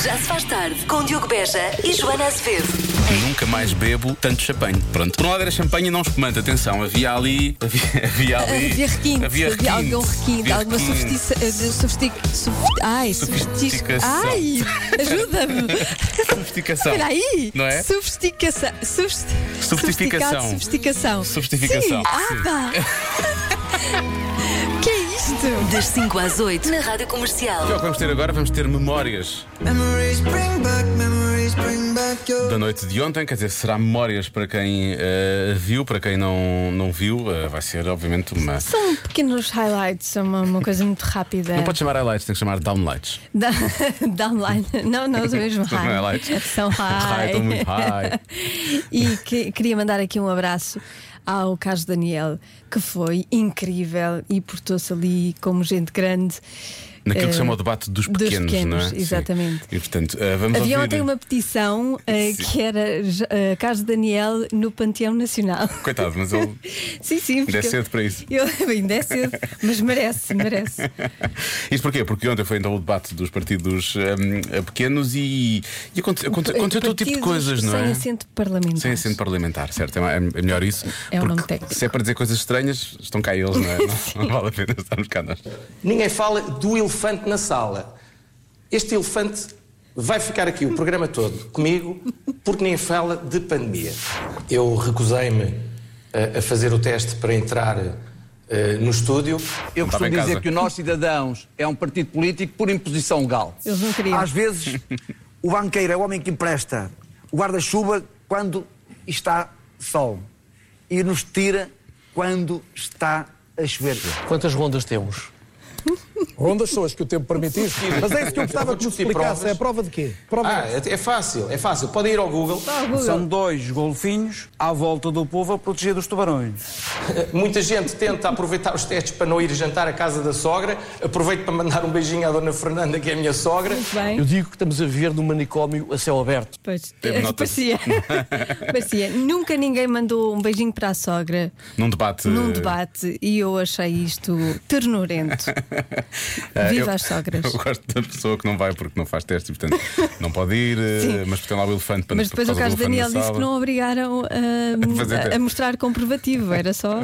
Já se faz tarde com Diogo Beja e Joana Azevedo. Nunca mais bebo tanto champanhe. Pronto. Por um lado era champanhe e não espumante. Atenção, havia ali. Havia requinte. Havia algum requinte, alguma sofisticação. Ai, ajuda-me. Sofisticação. Espera aí. Não é? Sofisticação. Sofisticação. Sim. Pá. Que é isto? Das 5 às 8 na Rádio Comercial. O que vamos ter agora? Vamos ter memórias da noite de ontem. Quer dizer, será memórias para quem viu, para quem não viu. Vai ser, obviamente, uma. São pequenos highlights, são uma coisa muito rápida. Não pode chamar highlights, tem que chamar downlights. Downline. Não, são mesmo high. Highlights. São high. Estão muito high. E queria mandar aqui um abraço ao Carlos Daniel, que foi incrível e portou-se ali como gente grande. Naquilo que se chama o debate dos pequenos, não é? Exatamente. Sim. E portanto, vamos Havia ouvir... ontem uma petição que era Carlos Daniel no Panteão Nacional. Coitado, mas ele. Sim, Ainda é cedo para isso. Ainda é cedo, mas merece. Isto porquê? Porque ontem foi então o debate dos partidos pequenos e aconteceu todo tipo de coisas, não é? Sem assento parlamentar. Sem assento parlamentar, certo? É melhor isso. É um nome porque técnico. se é para dizer coisas estranhas, estão cá eles, não é? Não vale a pena estarmos cá nós. Ninguém fala do elefante na sala. Este elefante vai ficar aqui o programa todo comigo porque nem fala de pandemia. Eu recusei-me a fazer o teste para entrar no estúdio. Eu costumo dizer que o Nós Cidadãos é um partido político por imposição legal. Eles não queriam. Às vezes o banqueiro é o homem que empresta o guarda-chuva quando está sol e nos tira quando está a chover. Quantas rondas temos? Rondas são as que o tempo permitir. Mas é isso que eu gostava que nos explicasse. É a prova de quê? É fácil. Podem ir ao Google. São 2 golfinhos à volta do povo a proteger dos tubarões. Muita gente tenta aproveitar os testes para não ir jantar à casa da sogra. Aproveito para mandar um beijinho à dona Fernanda, que é a minha sogra. Muito bem. Eu digo que estamos a viver num manicômio a céu aberto. Pois, parecia. Nunca ninguém mandou um beijinho para a sogra Num debate. E eu achei isto ternurento. Viva as sogras. Eu gosto da pessoa que não vai porque não faz teste e, portanto, não pode ir, mas tem lá o elefante para. Mas depois o Carlos Daniel disse que não obrigaram a mostrar comprovativo, era só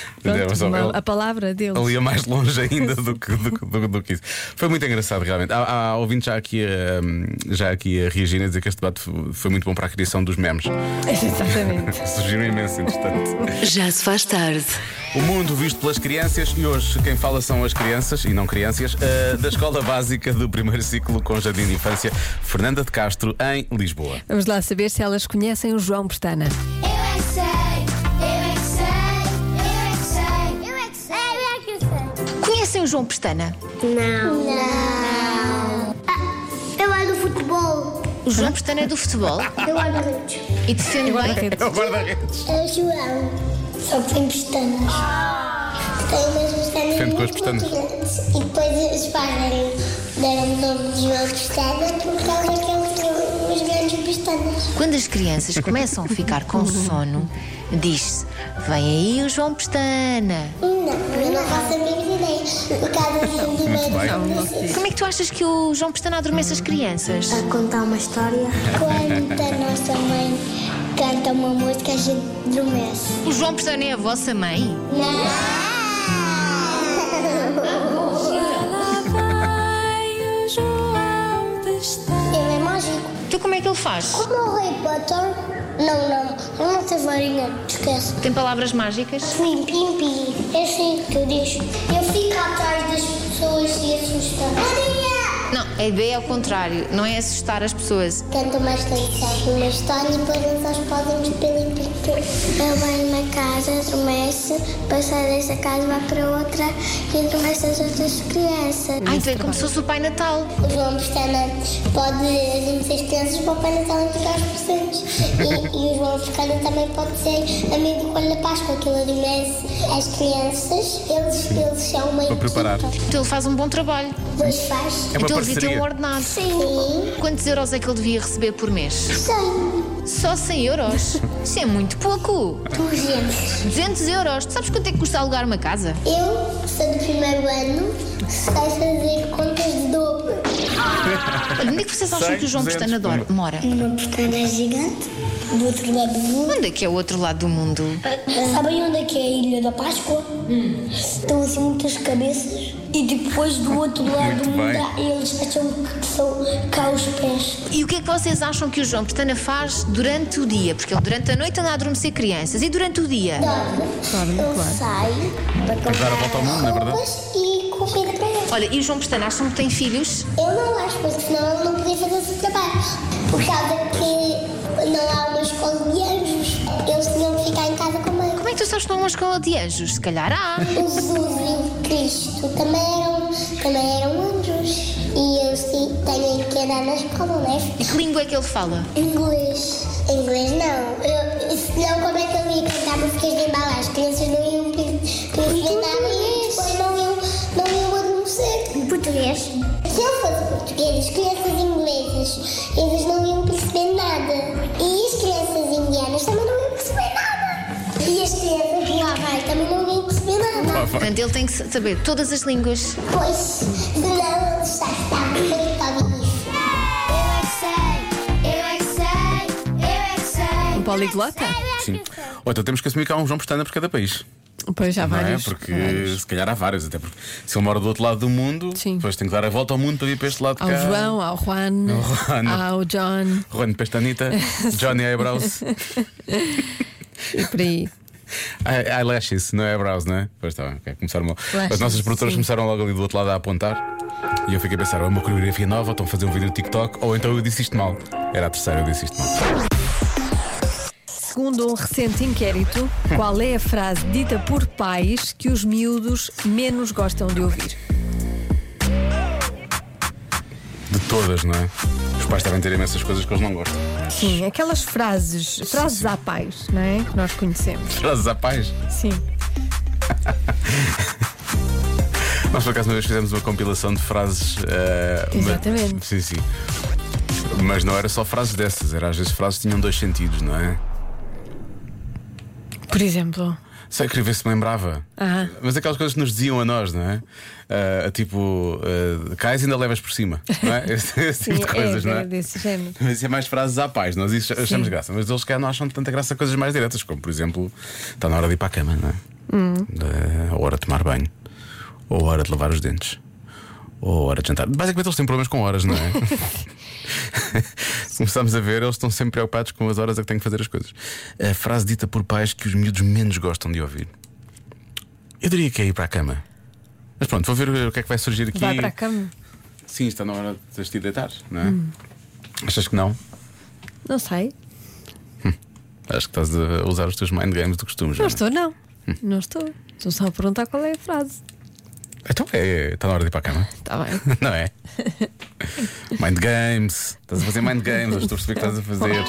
a palavra deles. Ali ia mais longe ainda do que isso. Foi muito engraçado, realmente. Há ouvintes já aqui a reagir, a dizer que este debate foi muito bom para a criação dos memes. Exatamente. Surgiram imenso, entretanto. Já se faz tarde. O mundo visto pelas crianças, e hoje quem fala são as crianças, e não crianças, da Escola Básica do Primeiro Ciclo com Jardim de Infância Fernanda de Castro, em Lisboa. Vamos lá saber se elas conhecem o João Pestana. Eu é que sei, eu é que sei. Conhecem o João Pestana? Não. Eu é do futebol. O João Pestana é do futebol Eu é do redes. e defende bem. É o guarda-redes. É o João. Só que tem pestanas. Tem umas pestanas Defende com as muito pestanas. grandes. E depois os pais deram o nome de João Pestana por causa que ele tem umas grandes pestanas. Quando as crianças começam a ficar com sono, diz-se: vem aí o João Pestana. Não, eu não faço a mínima ideia. Por causa de primeiro. Como é que tu achas que o João Pestana adormece as crianças? A contar uma história. Quando a nossa mãe canta uma música, a gente adormece. O João Pestana é a vossa mãe? Não! Ele é mágico. Então como é que ele faz? Como o Harry Potter? Não. Ele não tem varinha. Esquece. Tem palavras mágicas? Pim, pim, pim. É assim que eu diz. Eu fico atrás das pessoas e assusto. Maria! Não, a ideia é ao contrário, não é assustar as pessoas. Canta mais canção. Uma história e depois eles podem nos pelo pintor. Ele vai numa casa, adormece, passa dessa casa, vai para outra e adormece as outras crianças. Ah, então é como se fosse o Pai Natal. O João Pestana pode adormecer as crianças para o Pai Natal entregar os presentes. E o João Pestana também pode ser amigo do Coelho da Páscoa, que ele adormece as crianças, eles são uma Para preparar. Então ele faz um bom trabalho. Depois faz. É uma Então ele devia ter parceria. um ordenado. Sim. Quantos euros é que ele devia receber por mês? 100. Só 100 euros? Isso é muito pouco. 200 euros. Tu sabes quanto é que custa alugar uma casa? Eu, sou do primeiro ano, sei fazer contas de dobro. Olha, onde é que vocês acham que o João Pestana mora? Uma pestana gigante, do outro lado do mundo. Onde é que é o outro lado do mundo? Sabem onde é que é a Ilha da Páscoa? Estão assim muitas cabeças. E depois do outro lado do mundo eles acham que são cá os pés. E o que é que vocês acham que o João Pestana faz durante o dia? Porque ele durante a noite anda a adormecer crianças. E durante o dia? Dorme. Ele sai para comprar dar a volta ao mundo, não é verdade? roupas e comida para eles. Olha, e o João Pestana acham que tem filhos? Eu não acho, porque senão ele não podia fazer o seu trabalho. Por causa que não há uma escola de anjos. Eles tinham que ficar em casa com a mãe. Como é que tu sabes que não há uma escola de anjos? Se calhar há. O Jesus e o Cristo também eram anjos. E eles têm que andar na escola, não é? E que língua é que ele fala? Inglês. Inglês não. Senão como é que ele ia cantar músicas de embalar? As crianças não iam perceber nada e depois não iam adormecer. Português. Se ele fosse português, as crianças inglesas, eles não iam perceber nada. E as crianças indianas também não iam perceber nada. E as crianças de lá vai também não iam perceber nada. Portanto, ele tem que saber todas as línguas. Pois, senão ele está perfeito para isso. Eu é que sei. Um poliglota? Sim. Ou então temos que assumir que há um João Pestana por cada país. Pois já Não é? vários. Porque vários. se calhar há vários, até porque se ele mora do outro lado do mundo, Sim. depois tem que dar a volta ao mundo para vir para este lado de Ao cá. João, ao Juan, ao John Juan Pestanita, Johnny Eyebrows. e por aí. Eyelashes, não é eyebrows, não é? Pois está bem, okay. Começaram Lashes, as nossas produtoras sim. começaram logo ali do outro lado a apontar. E eu fiquei a pensar, ou é uma coreografia nova, ou estão a fazer um vídeo no TikTok, ou então eu disse isto mal. Era a terceira, eu disse isto mal. Segundo um recente inquérito, qual é a frase dita por pais que os miúdos menos gostam de ouvir? De todas, não é? Os pais devem ter imensas coisas que eles não gostam. Sim, aquelas frases a pais, não é? Que nós conhecemos. Frases à paz. Sim. Nós por acaso uma vez fizemos uma compilação de frases. Exatamente. Sim, sim. Mas não era só frases dessas, era às vezes frases que tinham dois sentidos, não é? Por exemplo. Sei, queria ver se me lembrava. Mas aquelas coisas que nos diziam a nós, não é? Cais e ainda levas por cima, não é? Esse tipo de coisas, não é? Desse género. Mas isso é mais frases à paz, nós isso achamos graça. Mas eles não acham tanta graça a coisas mais diretas, como por exemplo, está na hora de ir para a cama, não é? Ou hora de tomar banho, ou hora de lavar os dentes, ou hora de jantar. Basicamente eles têm problemas com horas, não é? Se começarmos a ver, eles estão sempre preocupados com as horas a que têm que fazer as coisas. A frase dita por pais que os miúdos menos gostam de ouvir. Eu diria que é ir para a cama. Mas pronto, vou ver o que é que vai surgir aqui. Vai para a cama? Sim, está na hora de te deitar, não é? Achas que não? Não sei. Acho que estás a usar os teus mind games do costume. Não estou, não. Não estou. Estou só a perguntar qual é a frase. Então está na hora de ir para a cama. Está bem. Não é? Mind games. Estás a fazer mind games. Eu estou a perceber que estás a fazer.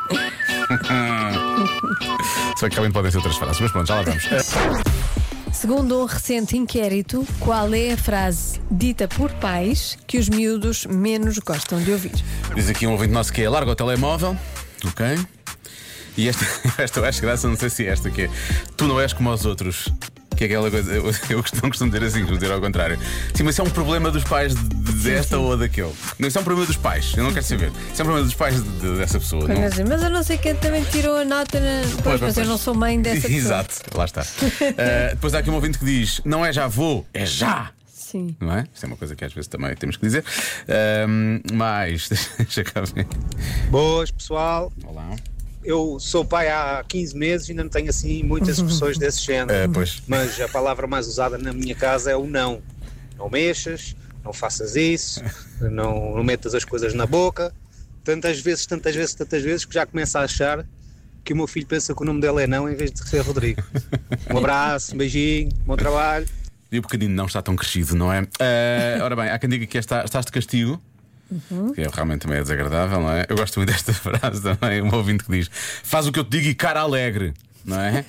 Se bem que também podem ser outras frases, mas pronto, já lá vamos. Segundo um recente inquérito, qual é a frase dita por pais que os miúdos menos gostam de ouvir? Diz aqui um ouvinte nosso que é larga o telemóvel. Ok. E esta eu acho graça, não sei se é esta que é: tu não és como os outros. Que é aquela coisa, eu não costumo dizer assim, costumo dizer ao contrário. Sim, mas isso é um problema dos pais desta ou daquele. Não, isso é um problema dos pais, eu não quero saber. Isso é um problema dos pais dessa pessoa. Não? Mas eu não sei quem também tirou a nota Pois, mas eu não sou mãe dessa pessoa. Exato, lá está. Depois há aqui um ouvinte que diz: não é já vou, é já. Sim. Não é? Isso é uma coisa que às vezes também temos que dizer. Mas, deixa cá ver. Boas, pessoal. Olá. Eu sou pai há 15 meses e ainda não tenho assim muitas expressões desse género. Pois. Mas a palavra mais usada na minha casa é o não. Não mexas, não faças isso, não metas as coisas na boca. Tantas vezes que já começo a achar que o meu filho pensa que o nome dele é não em vez de ser Rodrigo. Um abraço, um beijinho, bom trabalho. E o pequenino não está tão crescido, não é? Ora bem, há quem diga que estás de castigo. Que realmente também é desagradável, não é? Eu gosto muito desta frase também. Um ouvinte que diz: faz o que eu te digo e cara alegre. não é?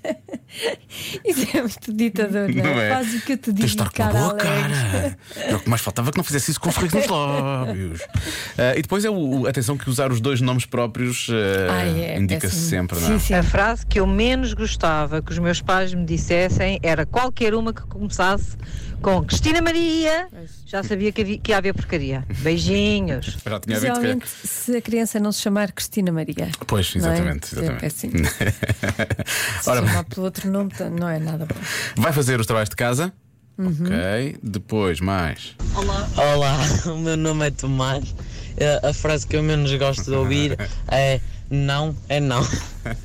Isso é muito ditador, não Não é? é? Faz o que eu te Tens de digo, estar com uma cara boa alegre. cara. Era o que mais faltava que não fizesse isso com sorriso nos lábios. E depois atenção que usar os dois nomes próprios indica-se sempre, não é? A frase que eu menos gostava que os meus pais me dissessem era qualquer uma que começasse com Cristina Maria. Já sabia que ia haver porcaria. Beijinhos. Já tinha havido, Especialmente se a criança não se chamar Cristina Maria. Pois, exatamente. Não é? exatamente. É assim. Se Ora bem, chamar pelo outro nome não é nada bom. vai fazer os trabalhos de casa. Ok. Depois, mais. Olá, o meu nome é Tomás. A frase que eu menos gosto de ouvir é não é não. Isto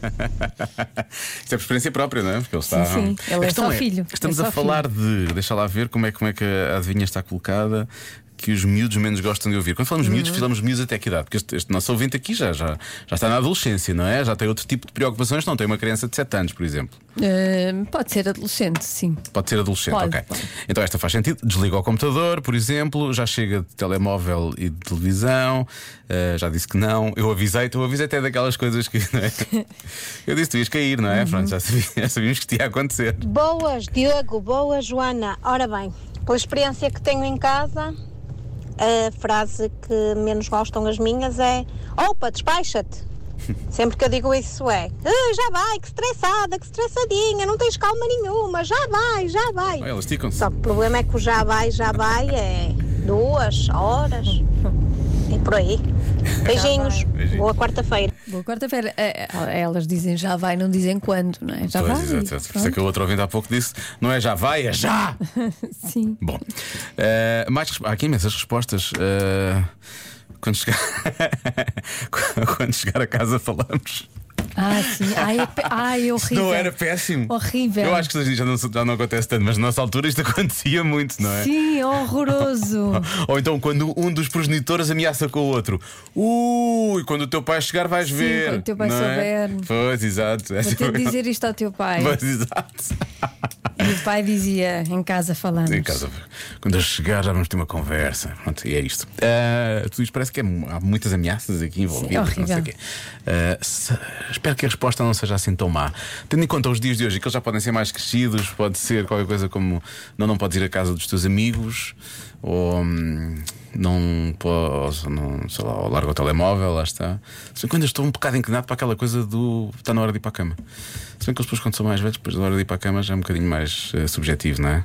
é por experiência própria, não é? Porque ele está. Sim, ele é só filho. Estamos É só a falar de. Deixa lá ver como é que a adivinha está colocada. Que os miúdos menos gostam de ouvir. Quando falamos miúdos, falamos miúdos até que idade? Porque este nosso ouvinte aqui já está na adolescência, não é? Já tem outro tipo de preocupações. Não tem uma criança de 7 anos, por exemplo. Pode ser adolescente, sim. Pode ser adolescente, Pode, ok. pode. Então esta faz sentido. Desliga o computador, por exemplo. Já chega de telemóvel e de televisão. Já disse que não. Eu avisei até daquelas coisas que. Não é? Eu disse que tu ias cair, não é? Pronto, já sabíamos que isto ia acontecer. Boas, Diogo, boas, Joana. Ora bem, pela experiência que tenho em casa, a frase que menos gostam as minhas é: opa, despacha-te. Sempre que eu digo isso já vai, que estressadinha, não tens calma nenhuma, já vai. Elas esticam-se. Só que o problema é que o já vai é 2 horas e por aí. Beijinhos, boa quarta-feira. Boa quarta-feira. Elas dizem já vai, não dizem quando, não é? Já Pois, vai. exato. Por isso é que o outro ouvinte há pouco disse: não é já vai, é já! Sim. Bom, há aqui imensas respostas. Quando chegar a casa falamos. Sim. É horrível. Não era péssimo. Horrível. Eu acho que hoje já não acontece tanto, mas na nossa altura isto acontecia muito, não é? Sim, horroroso. Ou então quando um dos progenitores ameaça com o outro. Quando o teu pai chegar vais Sim, ver. quando o teu pai não é? souber. Pois, exato. Vou ter de dizer isto ao teu pai. Pois, exato. E o pai dizia: em casa falamos. Em casa, quando eu chegar já vamos ter uma conversa. Pronto, e é isto. Tudo isto parece que há muitas ameaças aqui envolvidas. Sim, não sei o horrível. quê. Espero que a resposta não seja assim tão má. Tendo em conta os dias de hoje, que eles já podem ser mais crescidos, pode ser qualquer coisa como não podes ir à casa dos teus amigos, ou não podes, sei lá, ou larga o telemóvel, lá está. Se bem que quando eu estou um bocado inclinado para aquela coisa do está na hora de ir para a cama. Se bem que eles depois, quando são mais velhos, depois da hora de ir para a cama já é um bocadinho mais subjetivo, não é?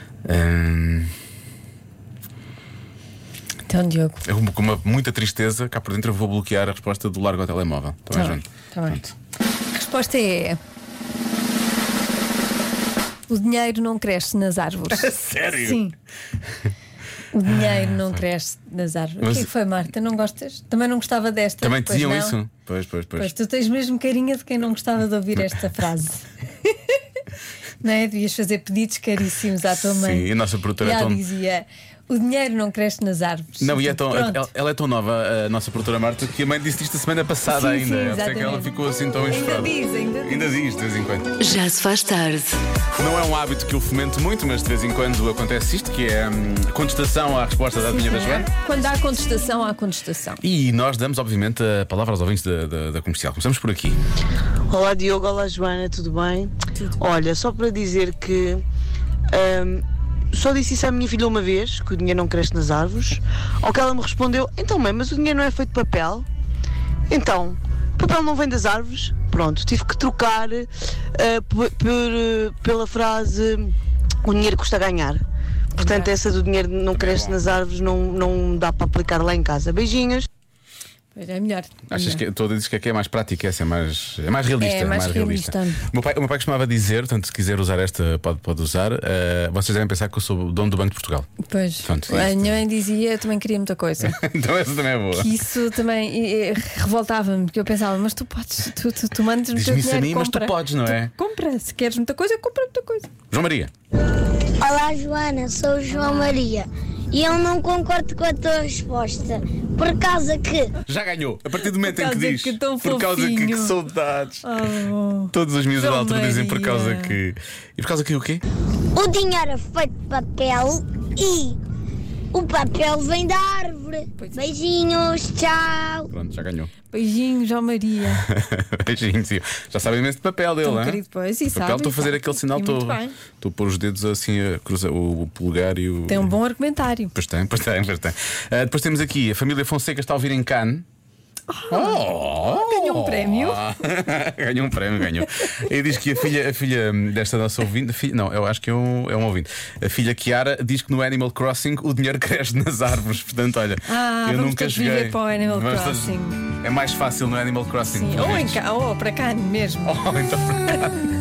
Então, Diogo. Com muita tristeza, cá por dentro eu vou bloquear a resposta do largo ao telemóvel. Tá bem, Joana? Tá bem. A resposta é: o dinheiro não cresce nas árvores. Sério? Sim. O dinheiro não cresce nas árvores. Mas... O que é que foi, Marta? Não gostas? Também não gostava desta. Também pois diziam não? isso? Pois. Pois tu tens mesmo carinha de quem não gostava de ouvir esta frase. Não é? Devias fazer pedidos caríssimos à tua mãe. Sim, e a nossa produtora Já é tão... dizia: o dinheiro não cresce nas árvores. Não, e Pronto. ela é tão nova, a nossa produtora Marta, que a mãe disse isto a semana passada. Sim, ainda. sim, Por isso é que exatamente. ela ficou assim tão enxerada. Ainda diz, de vez em quando. Já se faz tarde. Não é um hábito que eu fomento muito, mas de vez em quando acontece isto, que é contestação à resposta da adivinha da Joana. Quando há contestação, há contestação. E nós damos, obviamente, a palavra aos ouvintes da comercial. Começamos por aqui. Olá Diogo, olá Joana, tudo bem? Olha, só para dizer que só disse isso à minha filha uma vez, que o dinheiro não cresce nas árvores. Ao que ela me respondeu: então mãe, mas o dinheiro não é feito de papel? Então, o papel não vem das árvores? Pronto, tive que trocar pela frase: o dinheiro custa ganhar. Portanto, essa do dinheiro não cresce nas árvores não dá para aplicar lá em casa. Beijinhos. Pois é melhor. Achas que toda diz que é mais prática, essa é mais realista. É mais realista. O meu pai costumava dizer, portanto, se quiser usar esta, pode usar. Vocês devem pensar que eu sou o dono do Banco de Portugal. Pois. Portanto, a minha mãe dizia: eu também queria muita coisa. Então essa também é boa. Que isso também revoltava-me, porque eu pensava: mas tu podes, tu mandas no teu Diz-me isso dinheiro, a mim, mas tu compra. podes, não é? Compra, se queres muita coisa, compra muita coisa. João Maria. Olá Joana, sou o João Maria e eu não concordo com a tua resposta. Por causa que Já ganhou, a partir do momento em que diz que tão por causa que fofinho. saudades. Oh, Todos os miúdos da João altura dizem por Maria. causa que. E por causa que o quê? o dinheiro é feito de papel e O papel vem da árvore. Beijinhos, tchau. Pronto, já ganhou. Beijinhos, João Maria. Beijinhos, sim. Já sabem imenso de papel dele, não é? Querido, pois, e papel, sabe, estou a fazer aquele sinal, estou a pôr os dedos assim a cruzar o polegar e o. Tem um bom argumentário. Pois tem. Depois temos aqui a família Fonseca está a ouvir em Cannes. Ganhou um prémio. ganhou. E diz que a filha desta nossa ouvinte, não, eu acho que é um ouvinte. A filha Chiara diz que no Animal Crossing o dinheiro cresce nas árvores. Portanto, olha, eu nunca joguei. Viver para o Animal Crossing. É mais fácil no Animal Crossing. Sim, ou para Cannes mesmo. Então para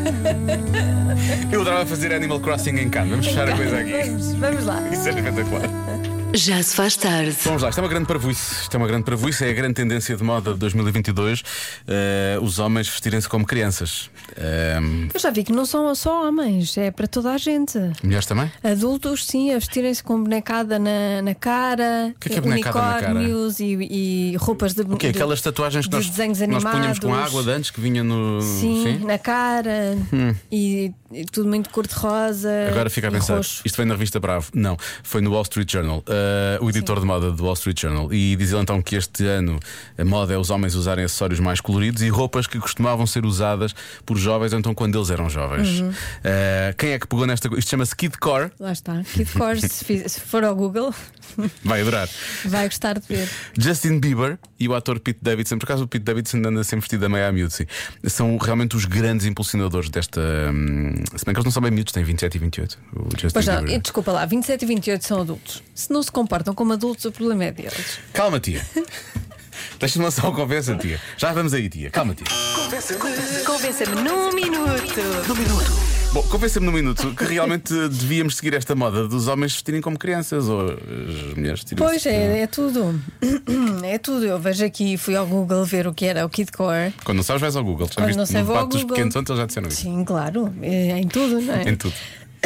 Cannes. Eu adorava fazer Animal Crossing em Cannes. Vamos fechar a coisa aqui. Vamos lá. Isso é espetacular. Já se faz tarde. Vamos lá, isto é uma grande parvoíce. É a grande tendência de moda de 2022. Os homens vestirem-se como crianças. Eu já vi que não são só homens, é para toda a gente. Mulheres também? Adultos, sim, a vestirem-se com bonecada na cara. O que é bonecada na cara? Unicórnios e roupas de O quê? Aquelas tatuagens que nós punhamos com água de antes que vinha no. Sim, na cara. E tudo muito cor-de-rosa. Agora fica a pensar, roxo. isto foi na revista Bravo? Não, foi no Wall Street Journal. O editor de moda do Wall Street Journal. E diz ele então que este ano a moda é os homens usarem acessórios mais coloridos e roupas que costumavam ser usadas por jovens, então quando eles eram jovens. Quem é que pegou nesta coisa? Isto chama-se Kidcore. Lá está, Kidcore. se for ao Google, vai adorar. Vai gostar de ver. Justin Bieber e o ator Pete Davidson. Por acaso o Pete Davidson anda sempre vestido a meio a miúdo, sim. São realmente os grandes impulsionadores desta. Se bem que eles não são bem miúdos, têm 27 e 28. O Justin pois não, Bieber. desculpa lá, 27 e 28 são adultos. Se não se comportam como adultos, o problema é deles. Calma, tia. Deixa-me lançar uma conversa, tia. Já vamos aí, tia. Calma, tia. Convença-me num minuto. Bom, convença-me num minuto que realmente devíamos seguir esta moda dos homens vestirem como crianças ou as mulheres vestirem. Pois é tudo. É tudo. Eu vejo aqui, fui ao Google ver o que era o Kidcore. Quando não sabes, vais ao Google. Já viste no debate dos pequenos ontem, eles já disseram isso. Sim, claro. É em tudo, não é? Em tudo.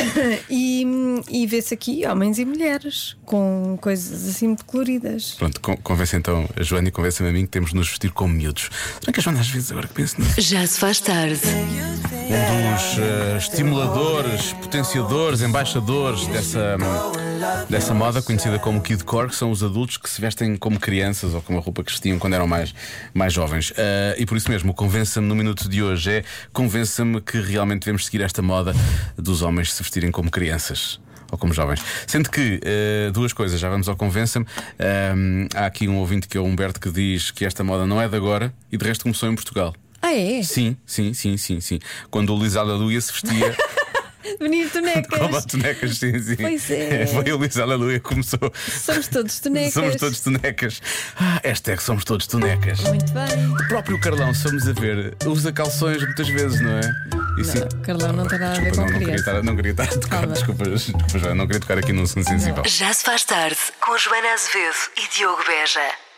E vê-se aqui homens e mulheres com coisas assim muito coloridas. Pronto, convence então a Joana e convence-me a mim que temos de nos vestir como miúdos. Se bem que a Joana às vezes agora que penso nisso. Já se faz tarde. Um dos estimuladores, potenciadores, embaixadores dessa moda conhecida como Kidcore, que são os adultos que se vestem como crianças ou com a roupa que vestiam quando eram mais jovens. E por isso mesmo, o convença-me no minuto de hoje é: convença-me que realmente devemos seguir esta moda dos homens se vestirem como crianças ou como jovens. Sendo que duas coisas, já vamos ao convença-me. Há aqui um ouvinte que é o Humberto que diz que esta moda não é de agora e de resto começou em Portugal. Ah, é? Sim. Quando o Luís Aleluia se vestia Venir tonecas. como a tonecas, sim. Pois é. Foi o Luís Aleluia que começou. Somos todos tonecas. Hashtag somos todos tonecas. Muito bem. O próprio Carlão, se vamos a ver, usa calções muitas vezes, não é? E sim. Carlão não tem nada a ver com criança. Não queria estar a tocar. Desculpa, não queria tocar aqui num assunto sensível. Já se faz tarde com Joana Azevedo e Diogo Beja.